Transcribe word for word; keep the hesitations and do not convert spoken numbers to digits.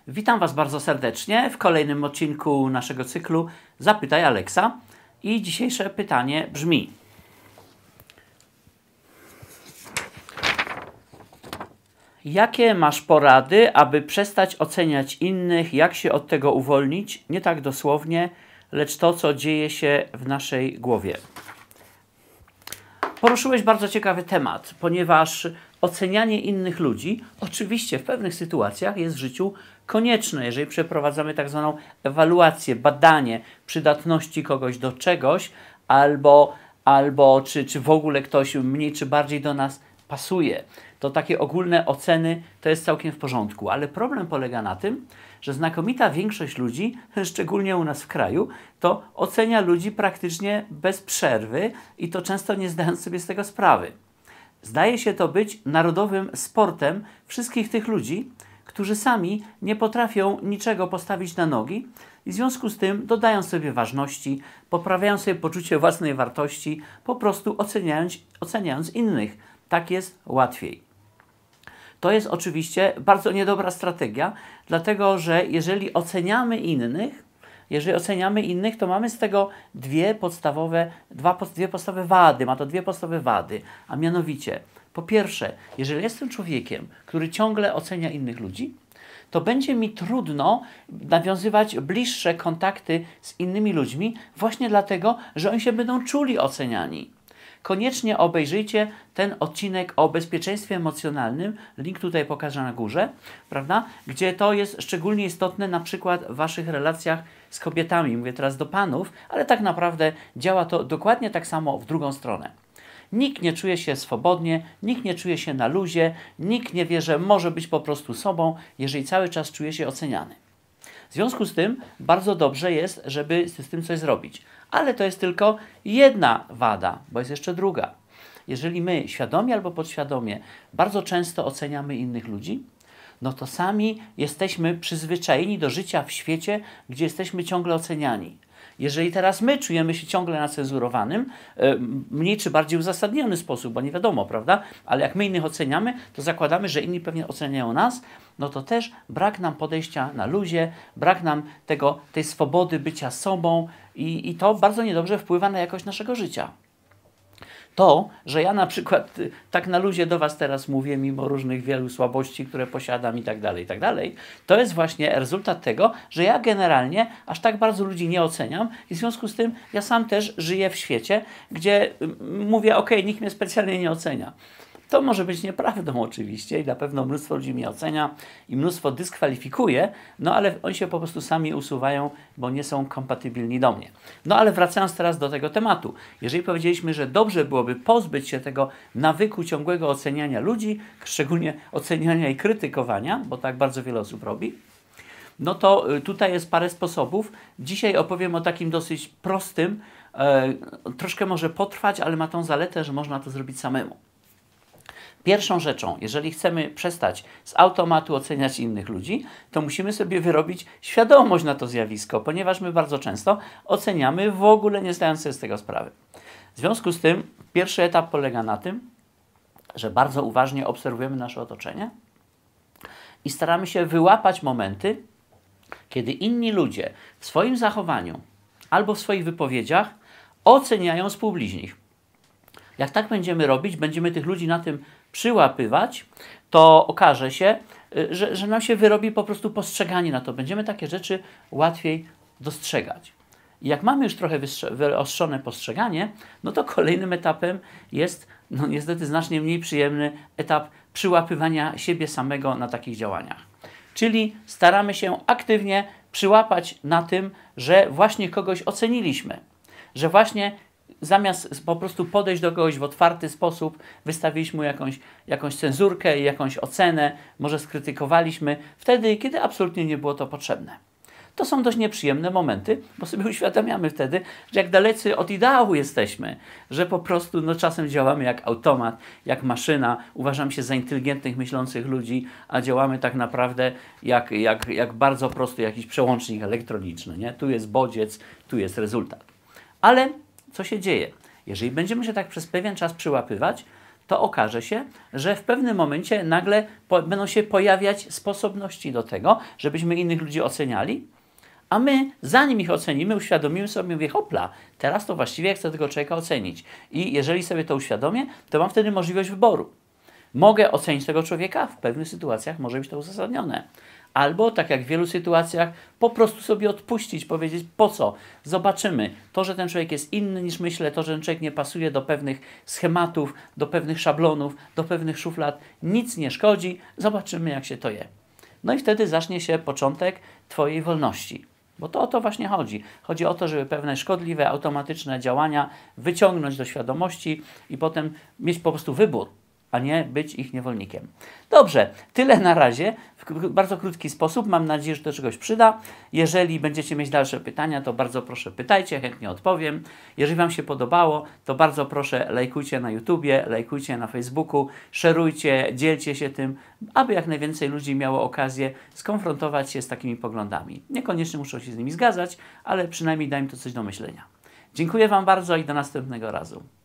Witam Was bardzo serdecznie w kolejnym odcinku naszego cyklu Zapytaj Alexa. I dzisiejsze pytanie brzmi: jakie masz porady, aby przestać oceniać innych, jak się od tego uwolnić? Nie tak dosłownie, lecz to, co dzieje się w naszej głowie. Poruszyłeś bardzo ciekawy temat, ponieważ ocenianie innych ludzi oczywiście w pewnych sytuacjach jest w życiu konieczne. Jeżeli przeprowadzamy tak zwaną ewaluację, badanie przydatności kogoś do czegoś, albo, albo czy, czy w ogóle ktoś mniej czy bardziej do nas pasuje, to takie ogólne oceny to jest całkiem w porządku. Ale problem polega na tym, że znakomita większość ludzi, szczególnie u nas w kraju, to ocenia ludzi praktycznie bez przerwy i to często nie zdając sobie z tego sprawy. Zdaje się to być narodowym sportem wszystkich tych ludzi, którzy sami nie potrafią niczego postawić na nogi i w związku z tym dodają sobie ważności, poprawiają sobie poczucie własnej wartości, po prostu oceniając, oceniając innych. Tak jest łatwiej. To jest oczywiście bardzo niedobra strategia, dlatego że jeżeli oceniamy innych, jeżeli oceniamy innych, to mamy z tego dwie podstawowe, dwa, dwie podstawowe wady. Ma to dwie podstawowe wady, a mianowicie, po pierwsze, jeżeli jestem człowiekiem, który ciągle ocenia innych ludzi, to będzie mi trudno nawiązywać bliższe kontakty z innymi ludźmi właśnie dlatego, że oni się będą czuli oceniani. Koniecznie obejrzyjcie ten odcinek o bezpieczeństwie emocjonalnym, link tutaj pokażę na górze, prawda? Gdzie to jest szczególnie istotne na przykład w Waszych relacjach z kobietami. Mówię teraz do panów, ale tak naprawdę działa to dokładnie tak samo w drugą stronę. Nikt nie czuje się swobodnie, nikt nie czuje się na luzie, nikt nie wie, że może być po prostu sobą, jeżeli cały czas czuje się oceniany. W związku z tym bardzo dobrze jest, żeby z tym coś zrobić. Ale to jest tylko jedna wada, bo jest jeszcze druga. Jeżeli my świadomie albo podświadomie bardzo często oceniamy innych ludzi, no to sami jesteśmy przyzwyczajeni do życia w świecie, gdzie jesteśmy ciągle oceniani. Jeżeli teraz my czujemy się ciągle na cenzurowanym, mniej czy bardziej uzasadniony sposób, bo nie wiadomo, prawda? Ale jak my innych oceniamy, to zakładamy, że inni pewnie oceniają nas, no to też brak nam podejścia na luzie, brak nam tego, tej swobody bycia sobą i, i to bardzo niedobrze wpływa na jakość naszego życia. To, że ja na przykład tak na luzie do Was teraz mówię, mimo różnych wielu słabości, które posiadam i tak dalej, i tak dalej, to jest właśnie rezultat tego, że ja generalnie aż tak bardzo ludzi nie oceniam i w związku z tym ja sam też żyję w świecie, gdzie mówię, ok, nikt mnie specjalnie nie ocenia. To może być nieprawdą oczywiście i na pewno mnóstwo ludzi mnie ocenia i mnóstwo dyskwalifikuje, no ale oni się po prostu sami usuwają, bo nie są kompatybilni do mnie. No ale wracając teraz do tego tematu. Jeżeli powiedzieliśmy, że dobrze byłoby pozbyć się tego nawyku ciągłego oceniania ludzi, szczególnie oceniania i krytykowania, bo tak bardzo wiele osób robi, no to tutaj jest parę sposobów. Dzisiaj opowiem o takim dosyć prostym, e, troszkę może potrwać, ale ma tą zaletę, że można to zrobić samemu. Pierwszą rzeczą, jeżeli chcemy przestać z automatu oceniać innych ludzi, to musimy sobie wyrobić świadomość na to zjawisko, ponieważ my bardzo często oceniamy w ogóle nie zdając sobie z tego sprawy. W związku z tym pierwszy etap polega na tym, że bardzo uważnie obserwujemy nasze otoczenie i staramy się wyłapać momenty, kiedy inni ludzie w swoim zachowaniu albo w swoich wypowiedziach oceniają współbliźnich. Jak tak będziemy robić, będziemy tych ludzi na tym przyłapywać, to okaże się, że, że nam się wyrobi po prostu postrzeganie na to. Będziemy takie rzeczy łatwiej dostrzegać. I jak mamy już trochę wyostrzone postrzeganie, no to kolejnym etapem jest no niestety znacznie mniej przyjemny etap przyłapywania siebie samego na takich działaniach. Czyli staramy się aktywnie przyłapać na tym, że właśnie kogoś oceniliśmy, że właśnie zamiast po prostu podejść do kogoś w otwarty sposób, wystawiliśmy mu jakąś, jakąś cenzurkę, jakąś ocenę, może skrytykowaliśmy, wtedy, kiedy absolutnie nie było to potrzebne. To są dość nieprzyjemne momenty, bo sobie uświadamiamy wtedy, że jak dalecy od ideału jesteśmy, że po prostu no, czasem działamy jak automat, jak maszyna, uważam się za inteligentnych, myślących ludzi, a działamy tak naprawdę jak, jak, jak bardzo prosty jakiś przełącznik elektroniczny. Nie? Tu jest bodziec, tu jest rezultat. Ale co się dzieje? Jeżeli będziemy się tak przez pewien czas przyłapywać, to okaże się, że w pewnym momencie nagle po, będą się pojawiać sposobności do tego, żebyśmy innych ludzi oceniali, a my, zanim ich ocenimy, uświadomimy sobie, mówię, hopla, teraz to właściwie chcę tego człowieka ocenić. I jeżeli sobie to uświadomię, to mam wtedy możliwość wyboru. Mogę ocenić tego człowieka, w pewnych sytuacjach może być to uzasadnione. Albo, tak jak w wielu sytuacjach, po prostu sobie odpuścić, powiedzieć, po co? Zobaczymy. To, że ten człowiek jest inny niż myślę, to, że ten człowiek nie pasuje do pewnych schematów, do pewnych szablonów, do pewnych szuflad, nic nie szkodzi, zobaczymy, jak się to je. No i wtedy zacznie się początek Twojej wolności. Bo to o to właśnie chodzi. Chodzi o to, żeby pewne szkodliwe, automatyczne działania wyciągnąć do świadomości i potem mieć po prostu wybór, a nie być ich niewolnikiem. Dobrze, tyle na razie. W bardzo krótki sposób. Mam nadzieję, że to czegoś przyda. Jeżeli będziecie mieć dalsze pytania, to bardzo proszę pytajcie, chętnie odpowiem. Jeżeli Wam się podobało, to bardzo proszę lajkujcie na YouTubie, lajkujcie na Facebooku, szerujcie, dzielcie się tym, aby jak najwięcej ludzi miało okazję skonfrontować się z takimi poglądami. Niekoniecznie muszą się z nimi zgadzać, ale przynajmniej daj im to coś do myślenia. Dziękuję Wam bardzo i do następnego razu.